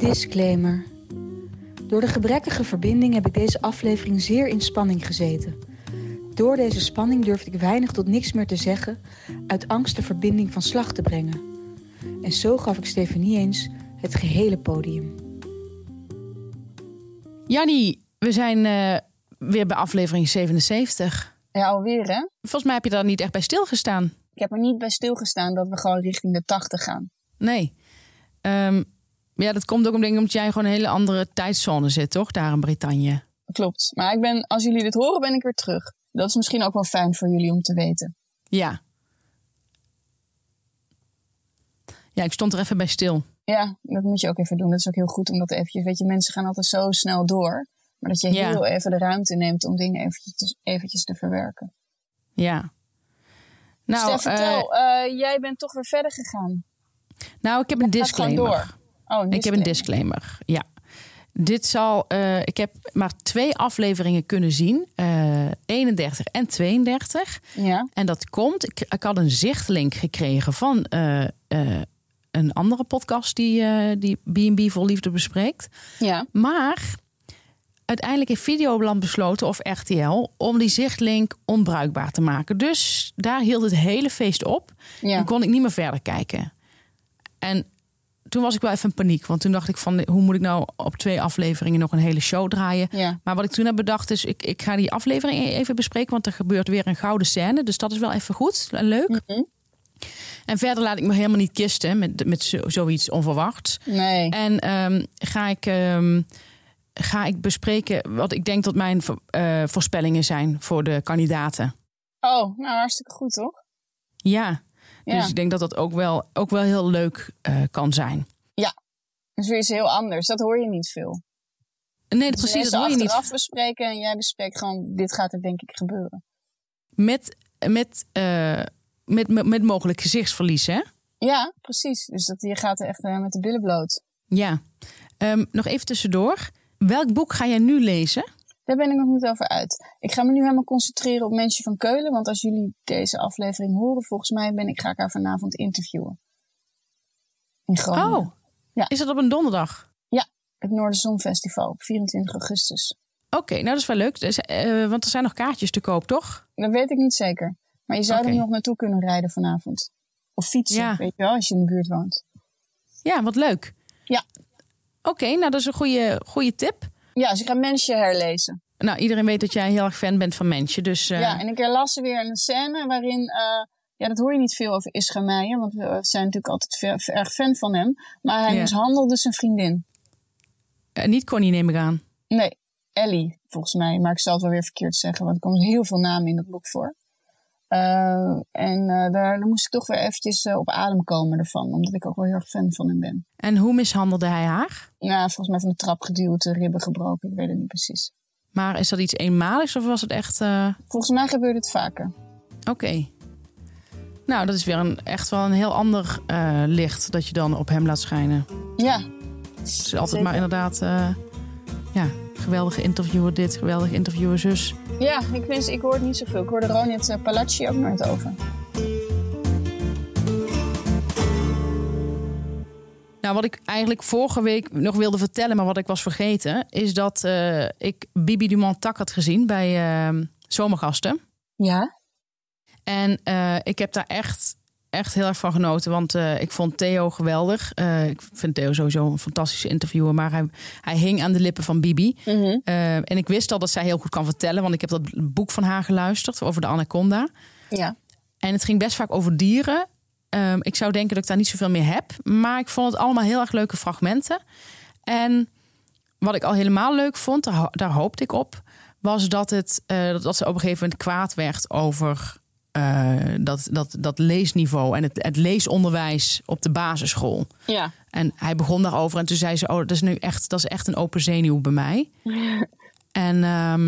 Disclaimer. Door de gebrekkige verbinding heb ik deze aflevering zeer in spanning gezeten. Door deze spanning durfde ik weinig tot niks meer te zeggen, uit angst de verbinding van slag te brengen. En zo gaf ik Stefanie eens het gehele podium. Jannie, we zijn weer bij aflevering 77. Ja, alweer hè? Volgens mij heb je daar niet echt bij stilgestaan. Ik heb er niet bij stilgestaan dat we gewoon richting de 80 gaan. Nee. Ja, dat komt ook omdat jij gewoon een hele andere tijdzone zit, toch? Daar in Bretagne. Klopt. Maar als jullie dit horen, ben ik weer terug. Dat is misschien ook wel fijn voor jullie om te weten. Ja. Ja, ik stond er even bij stil. Ja, dat moet je ook even doen. Dat is ook heel goed om dat eventjes... Weet je, mensen gaan altijd zo snel door. Maar dat je heel even de ruimte neemt om dingen eventjes te verwerken. Ja. Nou, Stef, vertel. Jij bent toch weer verder gegaan. Nou, ik heb een disclaimer. Ik heb een disclaimer, ja. Ik heb maar 2 afleveringen kunnen zien. 31 en 32. Ja. En dat komt... Ik had een zichtlink gekregen van een andere podcast die B&B Vol Liefde bespreekt. Ja. Maar uiteindelijk heeft Videoland besloten, of RTL, om die zichtlink onbruikbaar te maken. Dus daar hield het hele feest op. Ja. En kon ik niet meer verder kijken. En toen was ik wel even in paniek. Want toen dacht ik van, hoe moet ik nou op 2 afleveringen nog een hele show draaien? Ja. Maar wat ik toen heb bedacht is, ik ga die aflevering even bespreken. Want er gebeurt weer een gouden scène. Dus dat is wel even goed en leuk. Mm-hmm. En verder laat ik me helemaal niet kisten met zoiets onverwachts. Nee. En ga ik bespreken wat ik denk dat mijn voorspellingen zijn voor de kandidaten. Oh, nou hartstikke goed toch? Ja. Ja. Dus ik denk dat dat ook wel heel leuk kan zijn. Ja, dus weer iets heel anders. Dat hoor je niet veel. Nee, dus precies, dat hoor je niet. Achteraf bespreken en jij bespreekt gewoon, dit gaat er denk ik gebeuren. Met mogelijk gezichtsverlies, hè? Ja, precies. Dus je gaat er echt met de billen bloot. Ja. Nog even tussendoor. Welk boek ga jij nu lezen? Daar ben ik nog niet over uit. Ik ga me nu helemaal concentreren op Mensje van Keulen. Want als jullie deze aflevering horen, volgens mij ga ik haar vanavond interviewen. In Groningen. Oh, ja. Is dat op een donderdag? Ja, het Noorderzonfestival op 24 augustus. Oké, nou dat is wel leuk. Dus, want er zijn nog kaartjes te koop, toch? Dat weet ik niet zeker. Maar je zou er nog naartoe kunnen rijden vanavond. Of fietsen, weet je wel, als je in de buurt woont. Ja, wat leuk. Ja. Oké, nou dat is een goede tip. Ja, dus ik ga Mensje herlezen. Nou, iedereen weet dat jij heel erg fan bent van Mensje. Dus, Ja, en ik herlas weer een scène waarin... dat hoor je niet veel over Ischa Meijer. Want we zijn natuurlijk altijd erg fan van hem. Maar hij mishandelde zijn vriendin. Niet Connie, neem ik aan. Nee, Ellie, volgens mij. Maar ik zal het wel weer verkeerd zeggen. Want er komen heel veel namen in dat boek voor. Daar moest ik toch weer eventjes op adem komen ervan. Omdat ik ook wel heel erg fan van hem ben. En hoe mishandelde hij haar? Nou, volgens mij van de trap geduwd, ribben gebroken. Ik weet het niet precies. Maar is dat iets eenmaligs of was het echt... Volgens mij gebeurt het vaker. Oké. Nou, dat is weer echt wel een heel ander licht dat je dan op hem laat schijnen. Ja. Het is altijd maar inderdaad... geweldige interviewer dit, geweldige interviewer zus. Ja, ik hoor het niet zoveel. Ik hoorde Ronit Palacci ook nooit over. Nou, wat ik eigenlijk vorige week nog wilde vertellen, maar wat ik was vergeten, is dat ik Bibi Dumont-Tak had gezien bij Zomergasten. Ja. En ik heb daar echt heel erg van genoten, want ik vond Theo geweldig. Ik vind Theo sowieso een fantastische interviewer, maar hij hing aan de lippen van Bibi. Mm-hmm. En ik wist al dat zij heel goed kan vertellen, want ik heb dat boek van haar geluisterd over de anaconda. Ja. En het ging best vaak over dieren. Ik zou denken dat ik daar niet zoveel meer heb, maar ik vond het allemaal heel erg leuke fragmenten. En wat ik al helemaal leuk vond, daar hoopte ik op, was dat ze op een gegeven moment kwaad werd over dat leesniveau en het leesonderwijs op de basisschool. Ja. En hij begon daarover en toen zei ze, dat is echt een open zenuw bij mij. En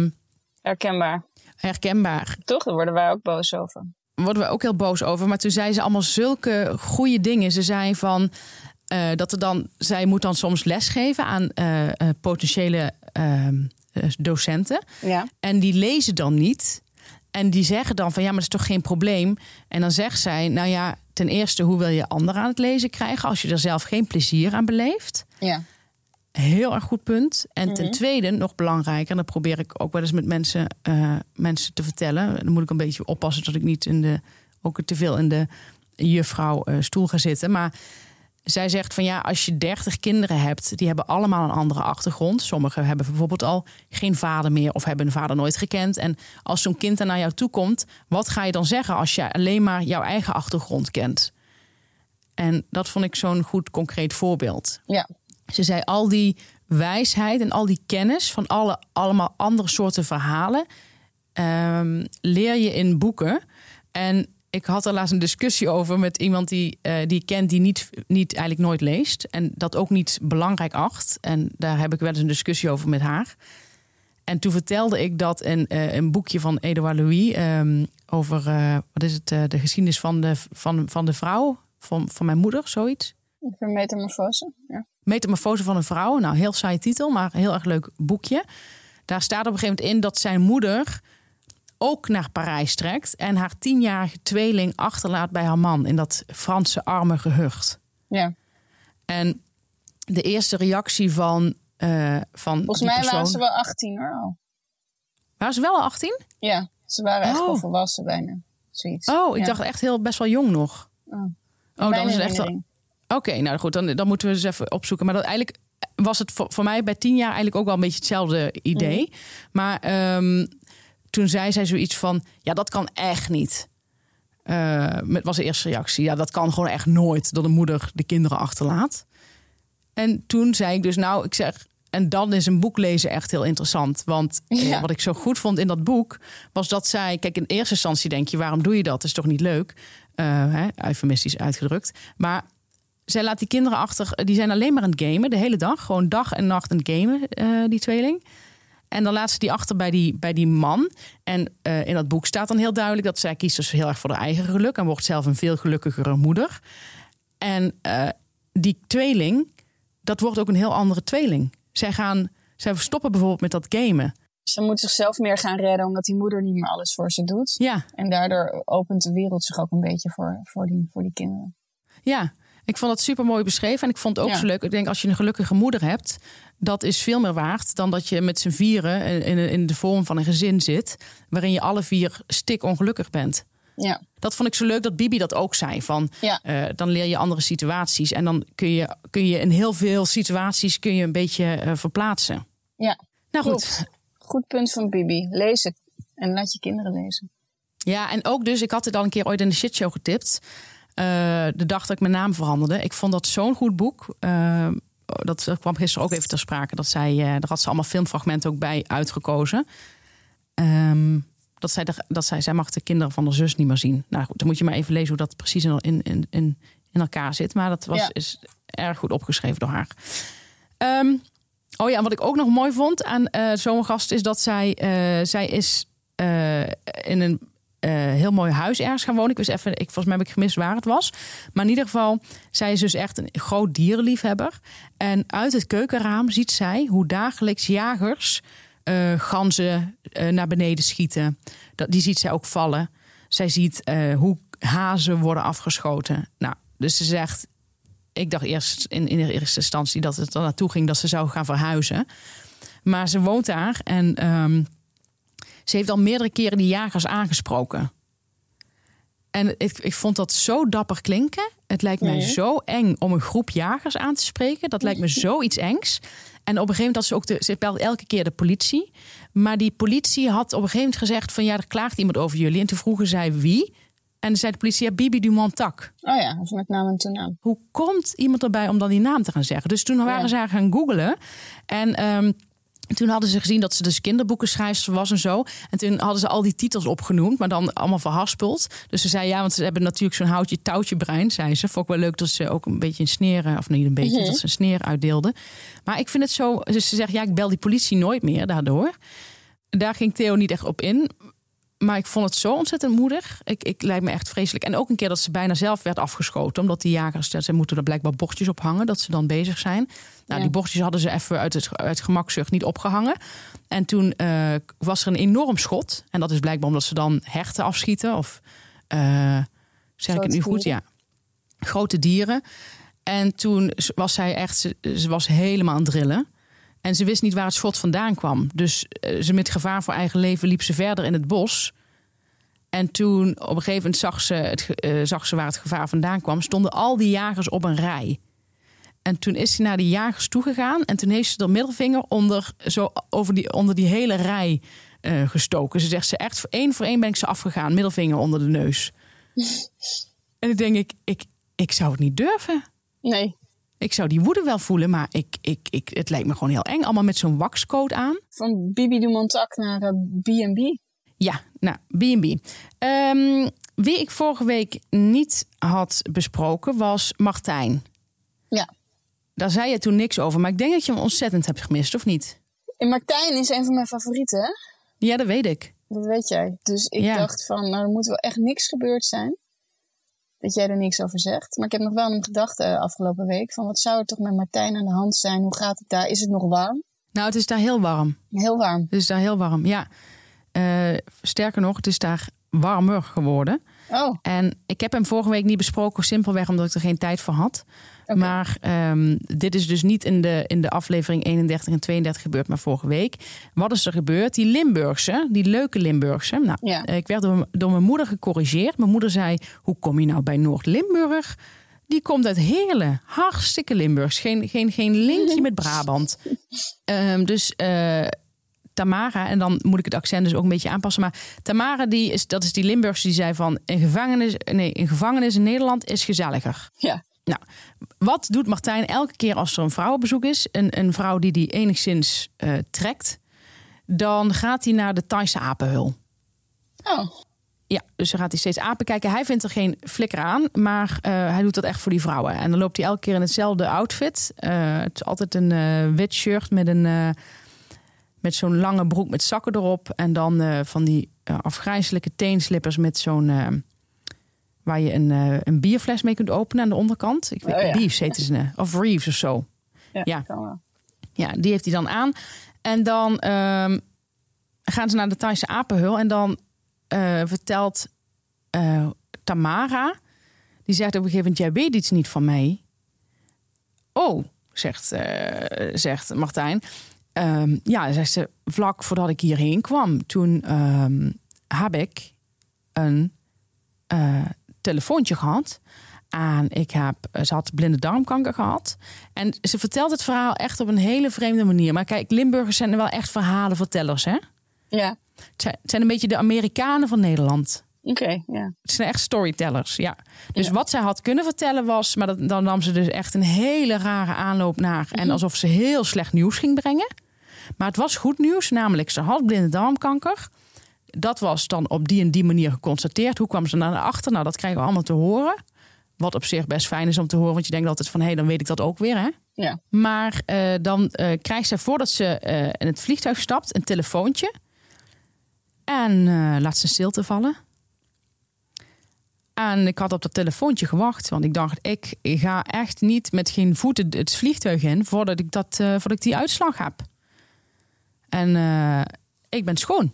herkenbaar. Toch? Daar worden wij ook boos over. Worden we ook heel boos over. Maar toen zei ze allemaal zulke goede dingen. Ze zei van zij moet dan soms lesgeven aan potentiële docenten. Ja. En die lezen dan niet. En die zeggen dan van ja, maar dat is toch geen probleem. En dan zegt zij, nou ja, ten eerste, hoe wil je anderen aan het lezen krijgen als je er zelf geen plezier aan beleeft? Ja. heel erg goed punt. En ten tweede, nog belangrijker, en dat probeer ik ook wel eens met mensen te vertellen. Dan moet ik een beetje oppassen dat ik niet ook te veel in de juffrouw stoel ga zitten. Maar zij zegt van als je 30 kinderen hebt, die hebben allemaal een andere achtergrond. Sommigen hebben bijvoorbeeld al geen vader meer of hebben een vader nooit gekend. En als zo'n kind dan naar jou toe komt, wat ga je dan zeggen als je alleen maar jouw eigen achtergrond kent? En dat vond ik zo'n goed concreet voorbeeld. Ja. Ze zei al die wijsheid en al die kennis van allemaal andere soorten verhalen leer je in boeken. En ik had er laatst een discussie over met iemand die ik ken die niet eigenlijk nooit leest. En dat ook niet belangrijk acht. En daar heb ik wel eens een discussie over met haar. En toen vertelde ik dat een boekje van Edouard Louis over de geschiedenis van de vrouw van mijn moeder, zoiets. Voor Metamorfose, ja. Metamorfose van een vrouw. Nou, heel saai titel, maar heel erg leuk boekje. Daar staat op een gegeven moment in dat zijn moeder ook naar Parijs trekt en haar 10-jarige tweeling achterlaat bij haar man in dat Franse arme gehucht. Ja. En de eerste reactie van volgens mij waren ze wel 18 hoor al. Waren ze wel al 18? Ja, ze waren echt wel volwassen bijna. Zoiets. Oh, ik dacht echt best wel jong nog. Dan is het echt. Oké, nou goed, dan moeten we eens even opzoeken. Maar dat eigenlijk was het voor mij bij 10 jaar eigenlijk ook wel een beetje hetzelfde idee. Maar toen zei zij zoiets van, dat kan echt niet. Was de eerste reactie. Ja, dat kan gewoon echt nooit dat een moeder de kinderen achterlaat. En toen zei ik dus, en dan is een boek lezen echt heel interessant. Want wat ik zo goed vond in dat boek was dat zij, kijk, in eerste instantie denk je, waarom doe je dat? Dat is toch niet leuk? Eufemistisch uitgedrukt. Maar zij laat die kinderen achter, die zijn alleen maar aan het gamen de hele dag. Gewoon dag en nacht aan het gamen, die tweeling. En dan laat ze die achter bij die man. En in dat boek staat dan heel duidelijk dat zij kiest dus heel erg voor haar eigen geluk en wordt zelf een veel gelukkigere moeder. En die tweeling, dat wordt ook een heel andere tweeling. Zij stoppen bijvoorbeeld met dat gamen. Ze moet zichzelf meer gaan redden omdat die moeder niet meer alles voor ze doet. Ja. En daardoor opent de wereld zich ook een beetje voor die kinderen. Ja, ik vond dat super mooi beschreven. En ik vond het ook zo leuk. Ik denk, als je een gelukkige moeder hebt, dat is veel meer waard dan dat je met z'n vieren in de vorm van een gezin zit, waarin je alle 4 stik ongelukkig bent. Ja. Dat vond ik zo leuk dat Bibi dat ook zei. Dan leer je andere situaties. En dan kun je in heel veel situaties een beetje verplaatsen. Ja, nou goed. Goed punt van Bibi. Lees het en laat je kinderen lezen. Ja, en ook dus, ik had het al een keer ooit in de shitshow getipt. De dag dat ik mijn naam veranderde. Ik vond dat zo'n goed boek. Dat kwam gisteren ook even ter sprake. Daar had ze allemaal filmfragmenten ook bij uitgekozen. Dat zij mag de kinderen van haar zus niet meer zien. Nou goed, dan moet je maar even lezen hoe dat precies in elkaar zit. Maar dat is erg goed opgeschreven door haar. En wat ik ook nog mooi vond aan Zomergast is dat zij is in een heel mooi huis ergens gaan wonen. Volgens mij heb ik gemist waar het was. Maar in ieder geval, zij is dus echt een groot dierenliefhebber. En uit het keukenraam ziet zij hoe dagelijks jagers ganzen naar beneden schieten. Die ziet zij ook vallen. Zij ziet hoe hazen worden afgeschoten. Nou, dus ze zegt, ik dacht eerst in de eerste instantie dat het er naartoe ging dat ze zou gaan verhuizen. Maar ze woont daar en ze heeft al meerdere keren die jagers aangesproken. En ik vond dat zo dapper klinken. Het lijkt mij zo eng om een groep jagers aan te spreken. Dat lijkt me zoiets engs. En op een gegeven moment had ze belde elke keer de politie. Maar die politie had op een gegeven moment gezegd van er klaagt iemand over jullie. En toen vroegen zij wie. En dan zei de politie, Bibi du Montac. Oh ja, of met naam en toenaam. Hoe komt iemand erbij om dan die naam te gaan zeggen? Dus toen waren ze gaan googlen. En toen hadden ze gezien dat ze dus kinderboekenschrijfster was en zo. En toen hadden ze al die titels opgenoemd, maar dan allemaal verhaspeld. Dus ze zei want ze hebben natuurlijk zo'n houtje touwtje brein, zei ze. Vond ik wel leuk dat ze ook een beetje een sneer, of niet een beetje, dat ze een sneer uitdeelde. Maar ik vind het zo, dus ze zegt, ik bel die politie nooit meer daardoor. Daar ging Theo niet echt op in. Maar ik vond het zo ontzettend moedig. Ik lijkt me echt vreselijk. En ook een keer dat ze bijna zelf werd afgeschoten. Omdat die jagers, ze moeten er blijkbaar bordjes op hangen. Dat ze dan bezig zijn. Nou, die bordjes hadden ze even uit gemakzucht niet opgehangen. En toen was er een enorm schot. En dat is blijkbaar omdat ze dan herten afschieten. Of zeg ik het nu goed? Ja. Grote dieren. En toen was zij echt, ze was helemaal aan het drillen. En ze wist niet waar het schot vandaan kwam. Dus ze met gevaar voor eigen leven liep ze verder in het bos. En toen op een gegeven moment zag ze waar het gevaar vandaan kwam. Stonden al die jagers op een rij. En toen is ze naar die jagers toegegaan. En toen heeft ze de middelvinger onder die hele rij gestoken. Ze zegt, echt één voor één ben ik ze afgegaan. Middelvinger onder de neus. En ik denk, ik zou het niet durven. Nee. Ik zou die woede wel voelen, maar het lijkt me gewoon heel eng. Allemaal met zo'n waxcoat aan. Van Bibi de Montauk naar B&B. Ja, nou, B&B. Wie ik vorige week niet had besproken was Martijn. Ja. Daar zei je toen niks over, maar ik denk dat je hem ontzettend hebt gemist, of niet? En Martijn is een van mijn favorieten, hè? Ja, dat weet ik. Dat weet jij. Dus ik dacht van, nou, er moet wel echt niks gebeurd zijn. Dat jij er niks over zegt. Maar ik heb nog wel aan hem gedacht afgelopen week. Van wat zou er toch met Martijn aan de hand zijn? Hoe gaat het daar? Is het nog warm? Nou, het is daar heel warm. Heel warm? Het is daar heel warm, ja. Sterker nog, het is daar warmer geworden. Oh. En ik heb hem vorige week niet besproken, simpelweg omdat ik er geen tijd voor had. Okay. Maar dit is dus niet in de aflevering 31 en 32 gebeurd, maar vorige week. Wat is er gebeurd? Die Limburgse, die leuke Limburgse. Nou, ja. Ik werd door mijn moeder gecorrigeerd. Mijn moeder zei, hoe kom je nou bij Noord-Limburg? Die komt uit Heerlen. Hartstikke Limburgs. Geen linkje met Brabant. Dus Tamara, en dan moet ik het accent dus ook een beetje aanpassen. Maar Tamara, dat is die Limburgse die zei van, een gevangenis in Nederland is gezelliger. Ja. Nou, wat doet Martijn elke keer als er een vrouw op bezoek is? Een vrouw die enigszins trekt. Dan gaat hij naar de Thaise apenhul. Oh. Ja, dus dan gaat hij steeds apen kijken. Hij vindt er geen flikker aan, maar hij doet dat echt voor die vrouwen. En dan loopt hij elke keer in hetzelfde outfit. Het is altijd een wit shirt met zo'n lange broek met zakken erop. En dan van die afgrijzelijke teenslippers met zo'n... waar je een bierfles mee kunt openen aan de onderkant. Ik weet, Beefs heten ze. Of Reeves of zo. Ja, die heeft hij dan aan. En dan gaan ze naar de Thaise apenhul. En dan vertelt Tamara... die zegt op een gegeven moment... jij weet iets niet van mij. Oh, zegt Martijn. Zegt ze, vlak voordat ik hierheen kwam... toen heb ik een... telefoontje gehad. En ze had blinde darmkanker gehad. En ze vertelt het verhaal echt op een hele vreemde manier. Maar kijk, Limburgers zijn er wel echt verhalenvertellers, hè? Ja. Het zijn een beetje de Amerikanen van Nederland. Oké, ja. Het zijn echt storytellers, ja. Dus wat zij had kunnen vertellen was... maar dan nam ze dus echt een hele rare aanloop naar... en alsof ze heel slecht nieuws ging brengen. Maar het was goed nieuws, namelijk ze had blinde darmkanker... Dat was dan op die en die manier geconstateerd. Hoe kwam ze naar achter? Nou, dat krijgen we allemaal te horen. Wat op zich best fijn is om te horen. Want je denkt altijd van, dan weet ik dat ook weer, hè? Ja. Maar dan krijgt zij voordat ze in het vliegtuig stapt... een telefoontje. En laat ze stilte vallen. En ik had op dat telefoontje gewacht. Want ik dacht, ik ga echt niet met geen voeten het vliegtuig in... voordat ik die uitslag heb. En ik ben schoon.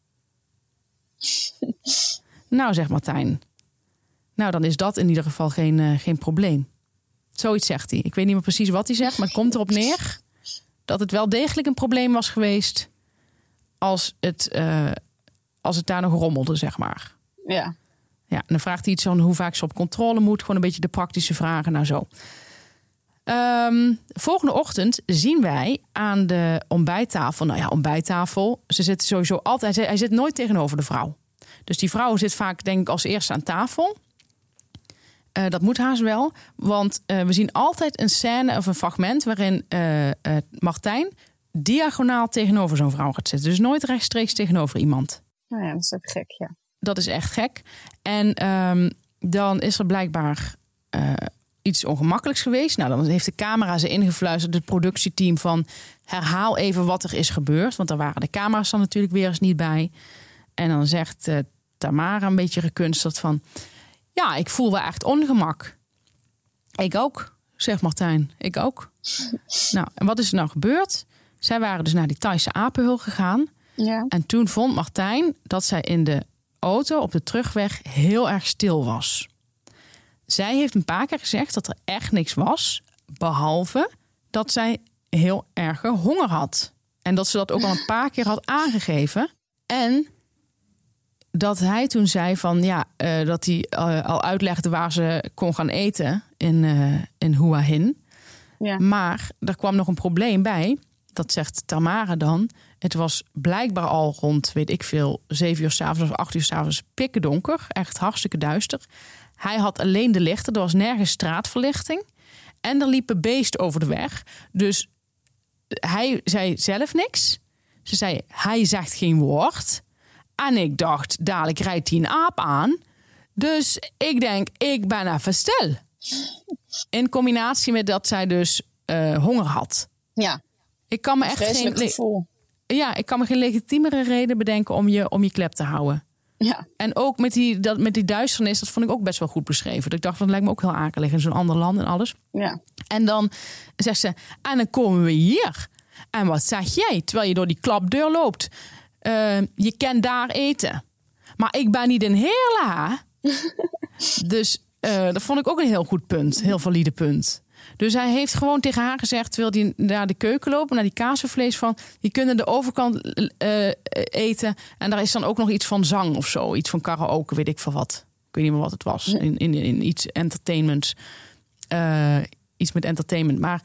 Nou, zegt Martijn. Nou, dan is dat in ieder geval geen probleem. Zoiets zegt hij. Ik weet niet meer precies wat hij zegt, maar het komt erop neer... dat het wel degelijk een probleem was geweest... als het daar nog rommelde, zeg maar. Ja. Ja, en dan vraagt hij iets van hoe vaak ze op controle moet. Gewoon een beetje de praktische vragen, nou zo. Volgende ochtend zien wij aan de ontbijttafel... Nou ja, ontbijttafel. Ze zitten sowieso altijd... Hij zit nooit tegenover de vrouw. Dus die vrouw zit vaak, denk ik, als eerste aan tafel. Dat moet haast wel. Want we zien altijd een scène of een fragment... waarin Martijn diagonaal tegenover zo'n vrouw gaat zitten. Dus nooit rechtstreeks tegenover iemand. Nou ja, dat is ook gek, ja. Dat is echt gek. En dan is er blijkbaar... iets ongemakkelijks geweest. Nou, dan heeft de camera ze ingefluisterd, het productieteam van... herhaal even wat er is gebeurd. Want daar waren de camera's dan natuurlijk weer eens niet bij. En dan zegt Tamara een beetje gekunsteld van... ja, ik voel wel echt ongemak. Ik ook, zegt Martijn. Ik ook. Nou, en wat is er nou gebeurd? Zij waren dus naar die Thaise apenhul gegaan. Ja. En toen vond Martijn dat zij in de auto op de terugweg heel erg stil was. zij heeft een paar keer gezegd dat er echt niks was. Behalve dat zij heel erge honger had. En dat ze dat ook al een paar keer had aangegeven. En dat hij toen zei van dat hij al uitlegde waar ze kon gaan eten in Hua Hin. Ja. Maar er kwam nog een probleem bij. Dat zegt Tamara dan. Het was blijkbaar al rond, 7 uur 's avonds of 8 uur 's avonds pikken donker. Echt hartstikke duister. Hij had alleen de lichten. Er was nergens straatverlichting. En er liepen beesten over de weg. Dus hij zei zelf niks. Ze zei, hij zegt geen woord. En ik dacht, dadelijk rijdt hij een aap aan. Dus ik denk, ik ben even stil. In combinatie met dat zij dus honger had. Ja. Ik kan me echt ik kan me geen legitiemere reden bedenken om je klep te houden. Ja. En ook met die duisternis, dat vond ik ook best wel goed beschreven. Ik dacht, dat lijkt me ook heel akelig in zo'n ander land en alles. Ja. En dan zegt ze, en dan komen we hier. En wat zeg jij, terwijl je door die klapdeur loopt? Je kan daar eten. Maar ik ben niet in Heerlen. Dus dat vond ik ook een heel goed punt. Heel valide punt. Dus hij heeft gewoon tegen haar gezegd, terwijl hij naar de keuken loopt, naar die kaasvlees van, die kunnen de overkant eten. En daar is dan ook nog iets van zang of zo. Iets van karaoke, weet ik veel wat. Ik weet niet meer wat het was. In iets entertainment. Iets met entertainment. Maar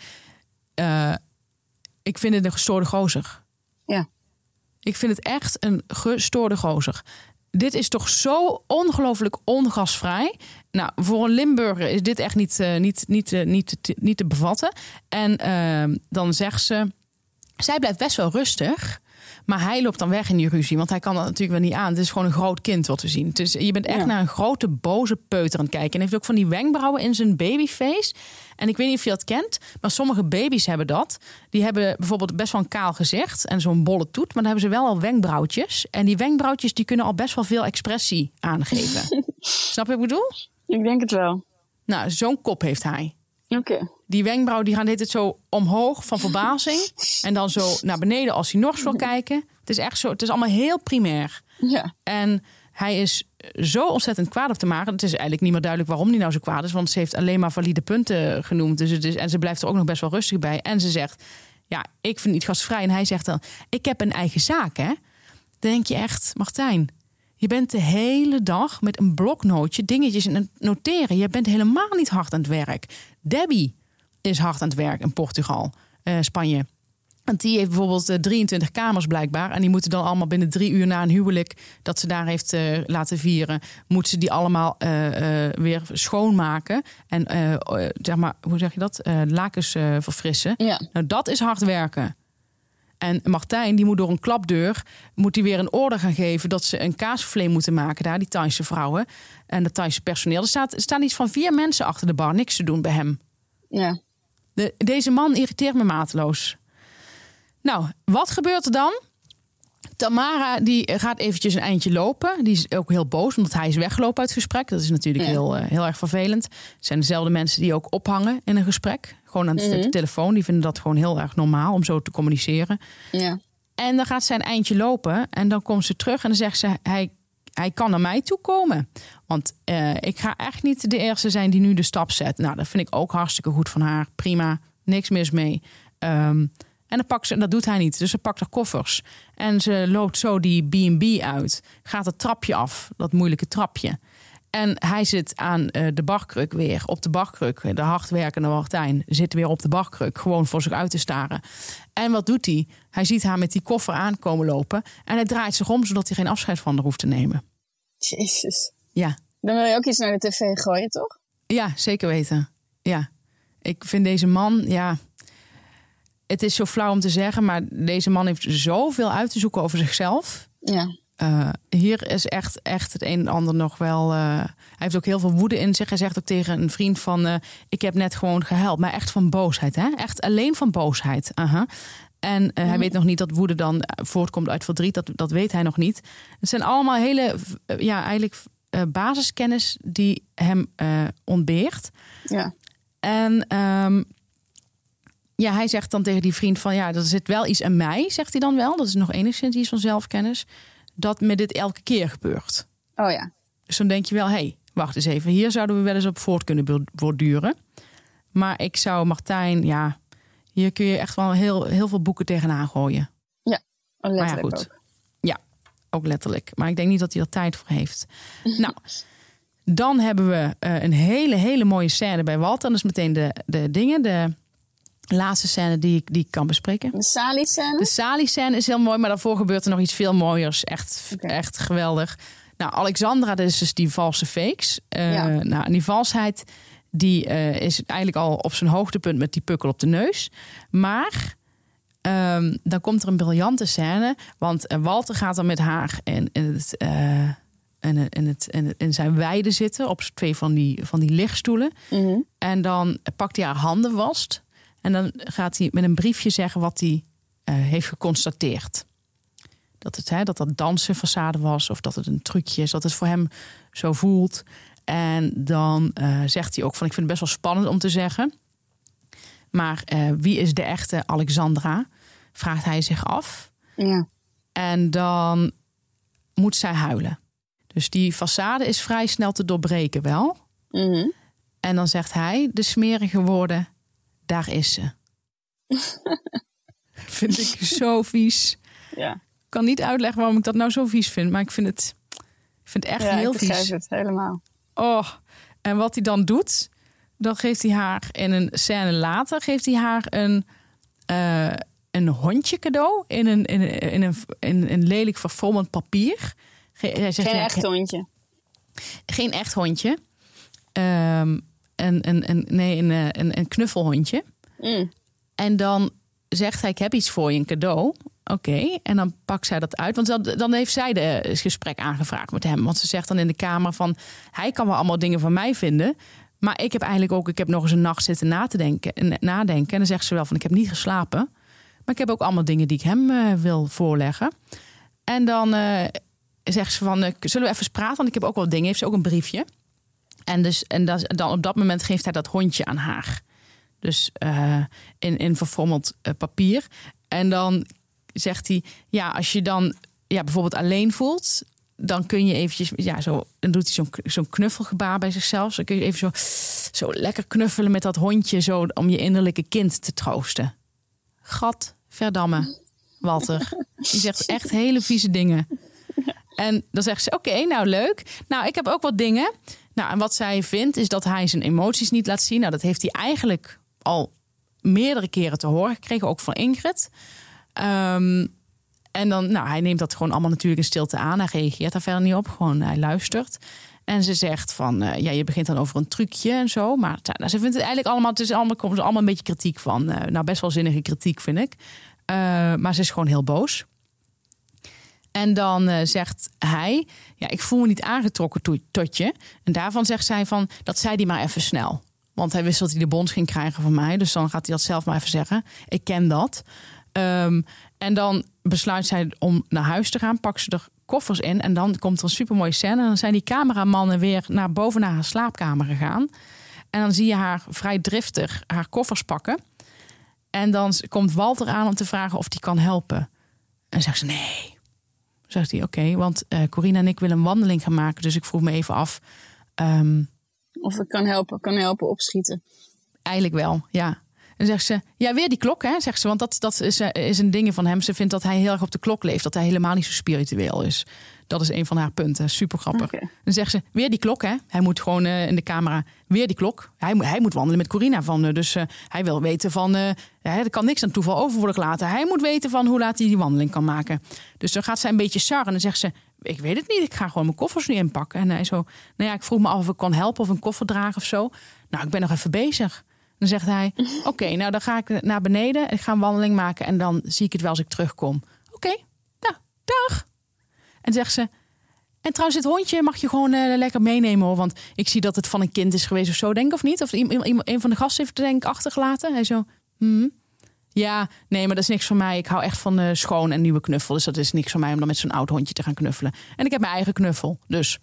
ik vind het een gestoorde gozer. Ja. Ik vind het echt een gestoorde gozer. Dit is toch zo ongelooflijk ongasvrij. Nou, voor een Limburger is dit echt niet te bevatten. En dan zegt ze, zij blijft best wel rustig. Maar hij loopt dan weg in die ruzie. Want hij kan dat natuurlijk wel niet aan. Het is gewoon een groot kind wat we zien. Dus je bent echt naar een grote boze peuter aan het kijken. En hij heeft ook van die wenkbrauwen in zijn babyface. En ik weet niet of je dat kent. Maar sommige baby's hebben dat. Die hebben bijvoorbeeld best wel een kaal gezicht. En zo'n bolle toet. Maar dan hebben ze wel al wenkbrauwtjes. En die wenkbrauwtjes die kunnen al best wel veel expressie aangeven. Snap je wat ik bedoel? Ik denk het wel. Nou, zo'n kop heeft hij. Oké. Die wenkbrauwen die gaan dit zo omhoog van verbazing. En dan zo naar beneden als hij nog eens wil kijken. Het is echt zo. Het is allemaal heel primair. Ja. En hij is zo ontzettend kwaad op Tamara. Het is eigenlijk niet meer duidelijk waarom hij nou zo kwaad is. Want ze heeft alleen maar valide punten genoemd. Dus en ze blijft er ook nog best wel rustig bij. En ze zegt, ja, ik vind niet gastvrij. En hij zegt dan, ik heb een eigen zaak, hè. Dan denk je echt, Martijn, je bent de hele dag met een bloknootje dingetjes aan het noteren. Je bent helemaal niet hard aan het werk. Debbie is hard aan het werk in Portugal, Spanje. Want die heeft bijvoorbeeld 23 kamers blijkbaar. En die moeten dan allemaal binnen 3 uur na een huwelijk dat ze daar heeft laten vieren, moet ze die allemaal weer schoonmaken. En zeg maar, hoe zeg je dat? Lakens verfrissen. Ja. Nou, dat is hard werken. En Martijn, die moet door een klapdeur, moet die weer een order gaan geven dat ze een kaasvlees moeten maken daar, die Thaise vrouwen en het Thaise personeel. Er staan iets van 4 mensen achter de bar, niks te doen bij hem. Ja. Deze man irriteert me mateloos. Nou, wat gebeurt er dan? Tamara die gaat eventjes een eindje lopen. Die is ook heel boos, omdat hij is weggelopen uit het gesprek. Dat is natuurlijk heel erg vervelend. Het zijn dezelfde mensen die ook ophangen in een gesprek. Gewoon aan de telefoon. Die vinden dat gewoon heel erg normaal om zo te communiceren. Ja. En dan gaat zij een eindje lopen. En dan komt ze terug en dan zegt ze, hij kan naar mij toe komen. Want ik ga echt niet de eerste zijn die nu de stap zet. Nou, dat vind ik ook hartstikke goed van haar. Prima, niks mis mee. En dan pakt ze, dat doet hij niet. Dus ze pakt haar koffers. En ze loopt zo die B&B uit. Gaat het trapje af, dat moeilijke trapje. En hij zit aan de barkruk weer. Op de barkruk. De hardwerkende Martijn zit weer op de barkruk. Gewoon voor zich uit te staren. En wat doet hij? Hij ziet haar met die koffer aankomen lopen. En hij draait zich om, zodat hij geen afscheid van haar hoeft te nemen. Jezus. Ja. Dan wil je ook iets naar de tv gooien, toch? Ja, zeker weten. Ja. Ik vind deze man, ja, het is zo flauw om te zeggen, maar deze man heeft zoveel uit te zoeken over zichzelf. Ja. Hier is echt het een en ander nog wel. Hij heeft ook heel veel woede in zich. Hij zegt ook tegen een vriend van, ik heb net gewoon gehuild. Maar echt van boosheid, hè? Echt alleen van boosheid. En hij weet nog niet dat woede dan voortkomt uit verdriet. Dat weet hij nog niet. Het zijn allemaal hele, eigenlijk basiskennis die hem ontbeert. Ja. En hij zegt dan tegen die vriend van, er zit wel iets aan mij, zegt hij dan wel. Dat is nog enigszins iets van zelfkennis. Dat me dit elke keer gebeurt. Oh ja. Dus dan denk je wel, wacht eens even. Hier zouden we wel eens op voort kunnen borduren. Maar ik zou Martijn, ja, hier kun je echt wel heel veel boeken tegenaan gooien. Ja, letterlijk ook. Ja, ook letterlijk. Maar ik denk niet dat hij er tijd voor heeft. Nou, dan hebben we een hele mooie scène bij Walter. Dat is meteen de laatste scène die ik kan bespreken. De Sally-scène? De Sally-scène is heel mooi, maar daarvoor gebeurt er nog iets veel mooiers. Echt geweldig. Nou, Alexandra, dat is dus die valse fakes. Nou, en die valsheid, die is eigenlijk al op zijn hoogtepunt met die pukkel op de neus. Maar dan komt er een briljante scène. Want Walter gaat dan met haar in zijn weide zitten. Op 2 van die lichtstoelen. Mm-hmm. En dan pakt hij haar handen vast. En dan gaat hij met een briefje zeggen wat hij heeft geconstateerd. Dat dansen façade was. Of dat het een trucje is. Dat het voor hem zo voelt. En dan zegt hij ook van, ik vind het best wel spannend om te zeggen. Maar wie is de echte Alexandra? Vraagt hij zich af. Ja. En dan moet zij huilen. Dus die façade is vrij snel te doorbreken wel. Mm-hmm. En dan zegt hij de smerige woorden, daar is ze. Vind ik zo vies. Ja. Ik kan niet uitleggen waarom ik dat nou zo vies vind. Maar ik vind het echt heel vies. Ja, ik begrijp het helemaal. Oh, en wat hij dan doet, dan geeft hij haar in een scène later, geeft hij haar een hondje cadeau in een lelijk verfrommeld papier. Hij zegt, geen echt hondje. Geen echt hondje. Een knuffelhondje. Mm. En dan zegt hij, ik heb iets voor je, een cadeau. Oké, en dan pakt zij dat uit. Want dan heeft zij het gesprek aangevraagd met hem. Want ze zegt dan in de kamer van, hij kan wel allemaal dingen van mij vinden. Maar ik heb nog eens een nacht zitten nadenken. En dan zegt ze wel van, ik heb niet geslapen. Maar ik heb ook allemaal dingen die ik hem wil voorleggen. En dan zegt ze van, zullen we even praten? Want ik heb ook wel dingen. Heeft ze ook een briefje. Dan op dat moment geeft hij dat hondje aan haar. Dus in verfrommeld papier. En dan zegt hij, ja, als je dan bijvoorbeeld alleen voelt, dan kun je eventjes, dan doet hij zo'n knuffelgebaar bij zichzelf. Dan kun je even zo lekker knuffelen met dat hondje, zo om je innerlijke kind te troosten. Gadverdamme, Walter. Die zegt echt hele vieze dingen. En dan zegt ze, oké, nou leuk. Nou, ik heb ook wat dingen. Nou, en wat zij vindt is dat hij zijn emoties niet laat zien. Nou, dat heeft hij eigenlijk al meerdere keren te horen gekregen, ook van Ingrid. En dan, hij neemt dat gewoon allemaal natuurlijk in stilte aan. Hij reageert daar verder niet op, gewoon hij luistert. En ze zegt van, je begint dan over een trucje en zo. Maar ze vindt het eigenlijk allemaal, komt er allemaal een beetje kritiek van. Best wel zinnige kritiek, vind ik. Maar ze is gewoon heel boos. En dan zegt hij, ik voel me niet aangetrokken tot je. En daarvan zegt zij van, dat zei hij maar even snel. Want hij wist dat hij de bons ging krijgen van mij. Dus dan gaat hij dat zelf maar even zeggen. Ik ken dat. En dan besluit zij om naar huis te gaan. Pakt ze er koffers in. En dan komt er een supermooie scène. En dan zijn die cameramannen weer naar haar slaapkamer gegaan. En dan zie je haar vrij driftig haar koffers pakken. En dan komt Walter aan om te vragen of hij kan helpen. En zegt ze nee. Zegt hij, oké, want Corina en ik willen een wandeling gaan maken. Dus ik vroeg me even af. Of ik kan helpen opschieten. Eigenlijk wel, ja. En zegt ze, weer die klok, hè, zegt ze. Want dat is een ding van hem. Ze vindt dat hij heel erg op de klok leeft. Dat hij helemaal niet zo spiritueel is. Dat is een van haar punten. Super grappig. Okay. Dan zegt ze, weer die klok, hè. Hij moet gewoon in de camera, weer die klok. Hij moet wandelen met Corina van. Dus hij wil weten van, er kan niks aan toeval over worden gelaten. Hij moet weten van hoe laat hij die wandeling kan maken. Dus dan gaat zij een beetje sarren. En dan zegt ze, ik weet het niet. Ik ga gewoon mijn koffers nu inpakken. En hij zo, ik vroeg me af of ik kon helpen of een koffer dragen of zo. Nou, ik ben nog even bezig. Dan zegt hij, oké, nou dan ga ik naar beneden. Ik ga een wandeling maken en dan zie ik het wel als ik terugkom. Oké, nou, dag. En zegt ze, en trouwens dit hondje mag je gewoon lekker meenemen hoor. Want ik zie dat het van een kind is geweest of zo, denk ik, of niet? Of een van de gasten heeft het denk ik achtergelaten. Hij zo, ja, nee, maar dat is niks voor mij. Ik hou echt van schoon en nieuwe knuffel. Dus dat is niks voor mij om dan met zo'n oud hondje te gaan knuffelen. En ik heb mijn eigen knuffel, dus...